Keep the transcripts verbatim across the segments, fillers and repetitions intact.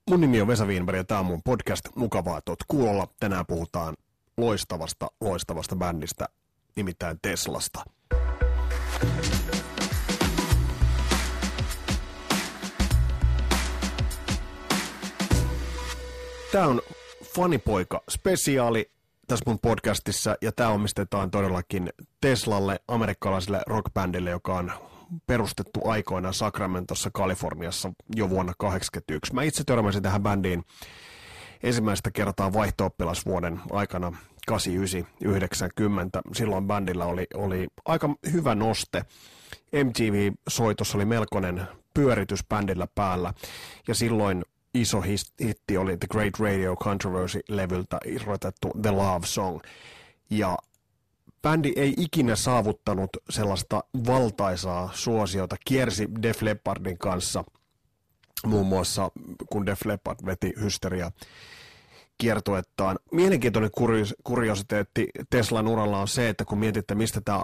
Mun nimi on Vesa Wienberg ja tää on mun podcast. Mukavaa, että oot kuulolla. Tänään puhutaan loistavasta, loistavasta bändistä, nimittäin Teslasta. Tää on Fanipoika spesiaali tässä mun podcastissa ja tää omistetaan todellakin Teslalle, amerikkalaiselle rockbändille, joka on perustettu aikoinaan Sacramentossa, Kaliforniassa jo vuonna tuhatyhdeksänsataakahdeksankymmentäyksi. Mä itse törmäsin tähän bändiin ensimmäistä kertaa vaihto-oppilasvuoden aikana kahdeksankymmentäyhdeksän yhdeksänkymmentä. Silloin bändillä oli, oli aika hyvä noste. M T V-soitossa oli melkoinen pyöritys bändillä päällä ja silloin iso hitti oli The Great Radio Controversy-levyltä irrotettu The Love Song. Ja bändi ei ikinä saavuttanut sellaista valtaisaa suosiota, kiersi Def Leppardin kanssa, muun muassa kun Def Leppard veti Hysteria kiertuettaan. Mielenkiintoinen kurios- kuriositeetti Teslan uralla on se, että kun mietitte, mistä tämä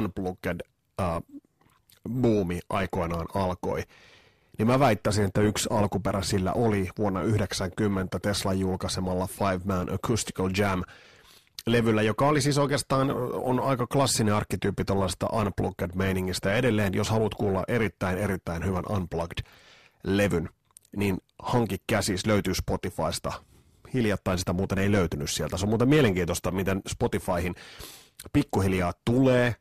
Unplugged-buumi uh, aikoinaan alkoi, niin mä väittäisin, että yksi alkuperä sillä oli vuonna yhdeksänkymmentä Teslan julkaisemalla Five Man Acoustical Jam levyllä, joka oli siis oikeastaan on aika klassinen arkkityyppi tuollaista Unplugged-meiningistä. Ja edelleen, jos haluat kuulla erittäin, erittäin hyvän Unplugged-levyn, niin hanki käsis, löytyy Spotifysta. Hiljattain sitä muuten ei löytynyt sieltä. Se on muuten mielenkiintoista, miten Spotifyhin pikkuhiljaa tulee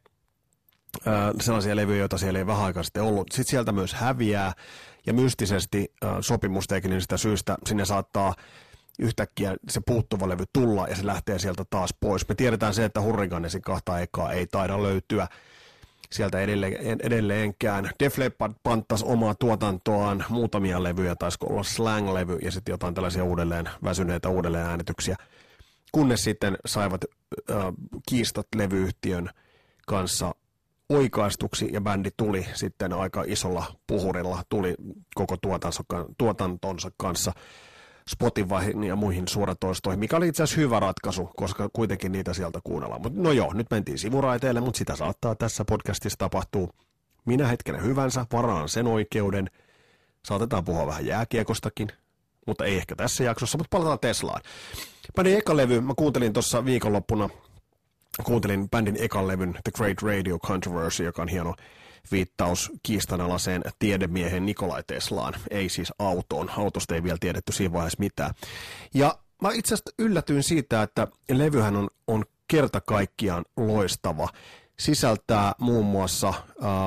äh, sellaisia levyjä, joita siellä ei vähän aikaa sitten ollut. Sitten sieltä myös häviää, ja mystisesti äh, sopimusteknisistä syistä sinne saattaa yhtäkkiä se puuttuva levy tulla ja se lähtee sieltä taas pois. Me tiedetään se, että Hurricanesin kahta ekaa ei taida löytyä sieltä edelleen, edelleenkään. Def Leppard panttasi omaa tuotantoaan, muutamia levyjä, taisiko olla Slang-levy ja sitten jotain tällaisia uudelleen väsyneitä uudelleen äänityksiä, kunnes sitten saivat äh, kiistat levyyhtiön kanssa oikaistuksi ja bändi tuli sitten aika isolla puhurilla, tuli koko tuotantonsa kanssa Spotifyhin ja muihin suoratoistoihin, mikä oli itse asiassa hyvä ratkaisu, koska kuitenkin niitä sieltä kuunnellaan. Mutta no joo, nyt mentiin sivuraiteille, mutta sitä saattaa tässä podcastissa tapahtua minä hetkenä hyvänsä, varaan sen oikeuden. Saatetaan puhua vähän jääkiekostakin, mutta ei ehkä tässä jaksossa, mutta palataan Teslaan. Bändin eka levy, mä kuuntelin tuossa viikonloppuna, kuuntelin bändin ekan levyn The Great Radio Controversy, joka on hieno viittaus kiistanalaiseen tiedemiehen Nikolai Teslaan, ei siis autoon. Autosta ei vielä tiedetty siinä vaiheessa mitään. Ja mä itse asiassa yllätyin siitä, että levyhän on, on kerta kaikkiaan loistava. Sisältää muun muassa äh,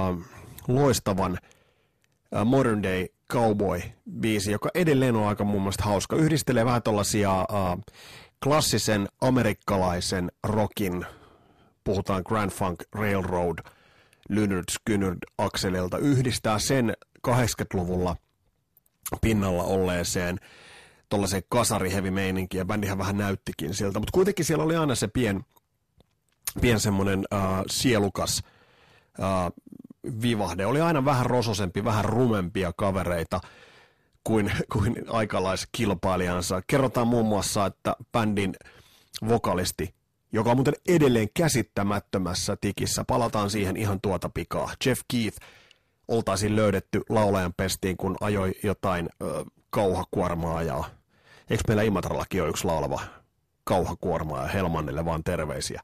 loistavan äh, Modern Day Cowboy-biisi, joka edelleen on aika mun mielestä hauska. Yhdistelee vähän tollaisia äh, klassisen amerikkalaisen rockin, puhutaan Grand Funk Railroad, Lynyrd Skynyrd akselilta, yhdistää sen kahdeksankymmentäluvulla pinnalla olleeseen tollaiseen kasari-heavy-meininkiin, ja bändihän vähän näyttikin siltä, mutta kuitenkin siellä oli aina se pien, pien semmoinen äh, sielukas äh, vivahde. Oli aina vähän rososempi, vähän rumempia kavereita kuin, kuin aikalaiskilpailijansa. Kerrotaan muun muassa, että bändin vokalisti, joka on muuten edelleen käsittämättömässä tikissä. Palataan siihen ihan tuota pikaa. Jeff Keith oltaisiin löydetty laulajan pestiin, kun ajoi jotain ö, kauhakuormaa. Ja eikö meillä Imatrallakin ole yksi laulava kauhakuormaa ja Helmannille vaan terveisiä.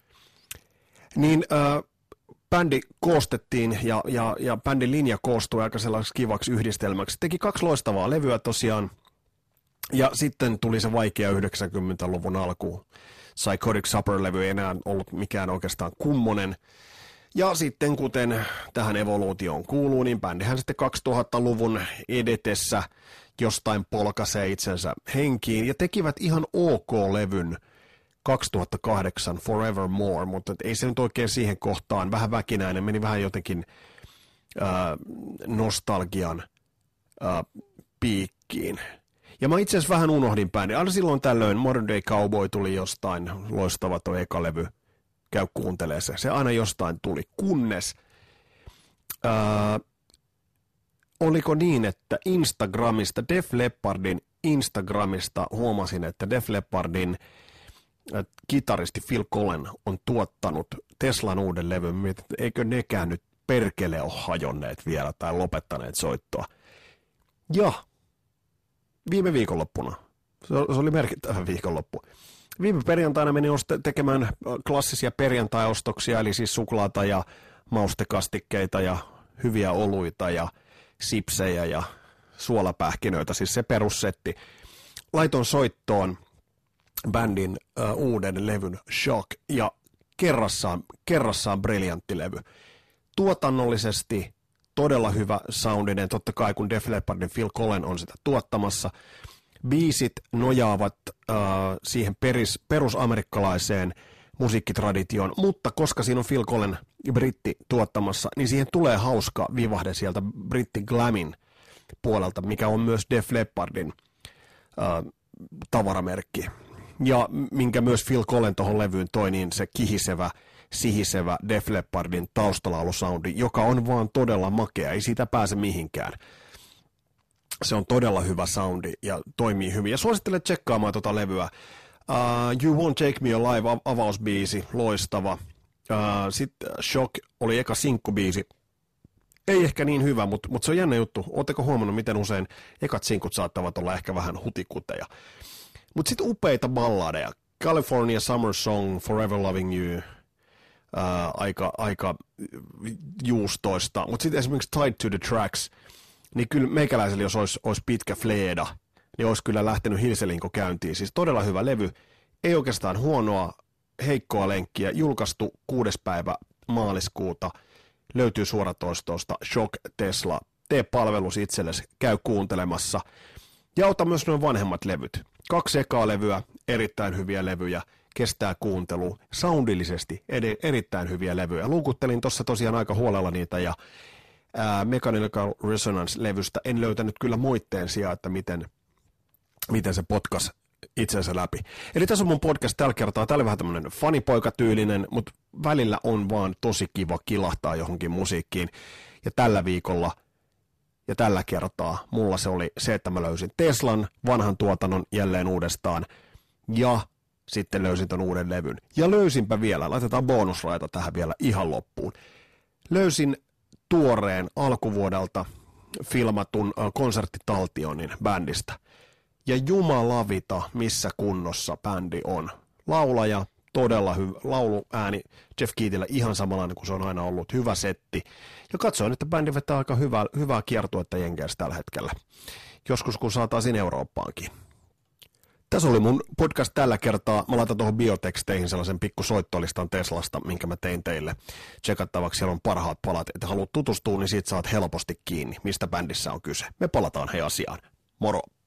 Niin ö, bändi koostettiin ja, ja, ja bändin linja koostui aika sellaiseksi kivaksi yhdistelmäksi. Teki kaksi loistavaa levyä tosiaan. Ja sitten tuli se vaikea yhdeksänkymmentäluvun alku. Psychotic Supper-levy ei enää ollut mikään oikeastaan kummonen. Ja sitten kuten tähän evoluutioon kuuluu, niin bändihän sitten kaksituhattaluvun edetessä jostain polkaisee itsensä henkiin ja tekivät ihan ok-levyn kaksituhattakahdeksan Forevermore, mutta ei se nyt oikein siihen kohtaan, vähän väkinäinen, meni vähän jotenkin äh, nostalgian äh, piikkiin. Ja mä itse asiassa vähän unohdin bändin. Aina silloin tällöin Modern Day Cowboy tuli jostain, loistava tuo eka levy, käy kuuntelee se. Se aina jostain tuli, kunnes ää, oliko niin, että Instagramista, Def Leppardin Instagramista huomasin, että Def Leppardin ää, kitaristi Phil Collen on tuottanut Teslan uuden levyn. Mietin, että eikö nekään nyt perkele ole hajonneet vielä tai lopettaneet soittoa. Ja viime viikonloppuna. Se oli merkittävä viikonloppu. Viime perjantaina menin tekemään klassisia perjantai-ostoksia, eli siis suklaata ja maustekastikkeita ja hyviä oluita ja sipsejä ja suolapähkinöitä, siis se perussetti. Laitoin soittoon bändin uh, uuden levyn Shock ja kerrassaan, kerrassaan briljantti levy. Tuotannollisesti todella hyvä soundinen, totta kai kun Def Leppardin Phil Collen on sitä tuottamassa. Biisit nojaavat uh, siihen peris, perusamerikkalaiseen musiikkitraditioon, mutta koska siinä on Phil Collen britti tuottamassa, niin siihen tulee hauska vivahde sieltä britti glamin puolelta, mikä on myös Def Leppardin uh, tavaramerkki. Ja minkä myös Phil Collen tuohon levyyn toi, niin se kihisevä, sihisevä Def Leppardin taustalaulusoundi, joka on vaan todella makea, ei siitä pääse mihinkään. Se on todella hyvä soundi ja toimii hyvin. Ja suosittelen tsekkaamaan tuota levyä. Uh, You Won't Take Me Alive, avausbiisi, loistava. Uh, Sitten Shock oli eka sinkkubiisi. Ei ehkä niin hyvä, mutta, mutta se on jännä juttu. Oletteko huomannut, miten usein ekat sinkut saattavat olla ehkä vähän hutikuteja. Mutta sitten upeita balladeja. California Summer Song, Forever Loving You. Uh, aika, aika juustoista. Mutta sitten esimerkiksi Tied to the Tracks. Niin kyllä meikäläisellä, jos olisi, olisi pitkä fleeda, niin olisi kyllä lähtenyt Hilselinko käyntiin. Siis todella hyvä levy. Ei oikeastaan huonoa, heikkoa lenkkiä. Julkaistu kuudes päivä maaliskuuta. Löytyy suoratoistosta Shock Tesla. Tee palvelus itsellesi, käy kuuntelemassa. Ja ota myös nuo vanhemmat levyt. Kaksi ekaa levyä, erittäin hyviä levyjä. Kestää kuuntelu. Soundillisesti ed- erittäin hyviä levyjä. Luukuttelin tuossa tosiaan aika huolella niitä ja ää, Mechanical Resonance-levystä en löytänyt kyllä moitteen sijaan, että miten, miten se potkas itsensä läpi. Eli tässä on mun podcast tällä kertaa. Tää oli vähän tämmönen fanipoikatyylinen, mutta välillä on vaan tosi kiva kilahtaa johonkin musiikkiin. Ja tällä viikolla ja tällä kertaa mulla se oli se, että mä löysin Teslan vanhan tuotannon jälleen uudestaan ja sitten löysin ton uuden levyn. Ja löysinpä vielä, laitetaan bonusraita tähän vielä ihan loppuun. Löysin tuoreen alkuvuodelta filmatun konserttitaltionin bändistä. Ja jumalavita, missä kunnossa bändi on. Laulaja, todella hyvä, lauluääni Jeff Keatillä ihan samanlainen kuin se on aina ollut, hyvä setti. Ja katsoin, että bändi vetää aika hyvää, hyvää kiertuetta Jenkeissä tällä hetkellä. Joskus kun saataisiin Eurooppaankin. Tässä oli mun podcast tällä kertaa. Mä laitan tuohon bioteksteihin sellaisen pikku soittolistan Teslasta, minkä mä tein teille tsekattavaksi. Siellä on parhaat palat. Että haluat tutustua, niin siitä saat helposti kiinni, mistä bändissä on kyse. Me palataan he asiaan. Moro!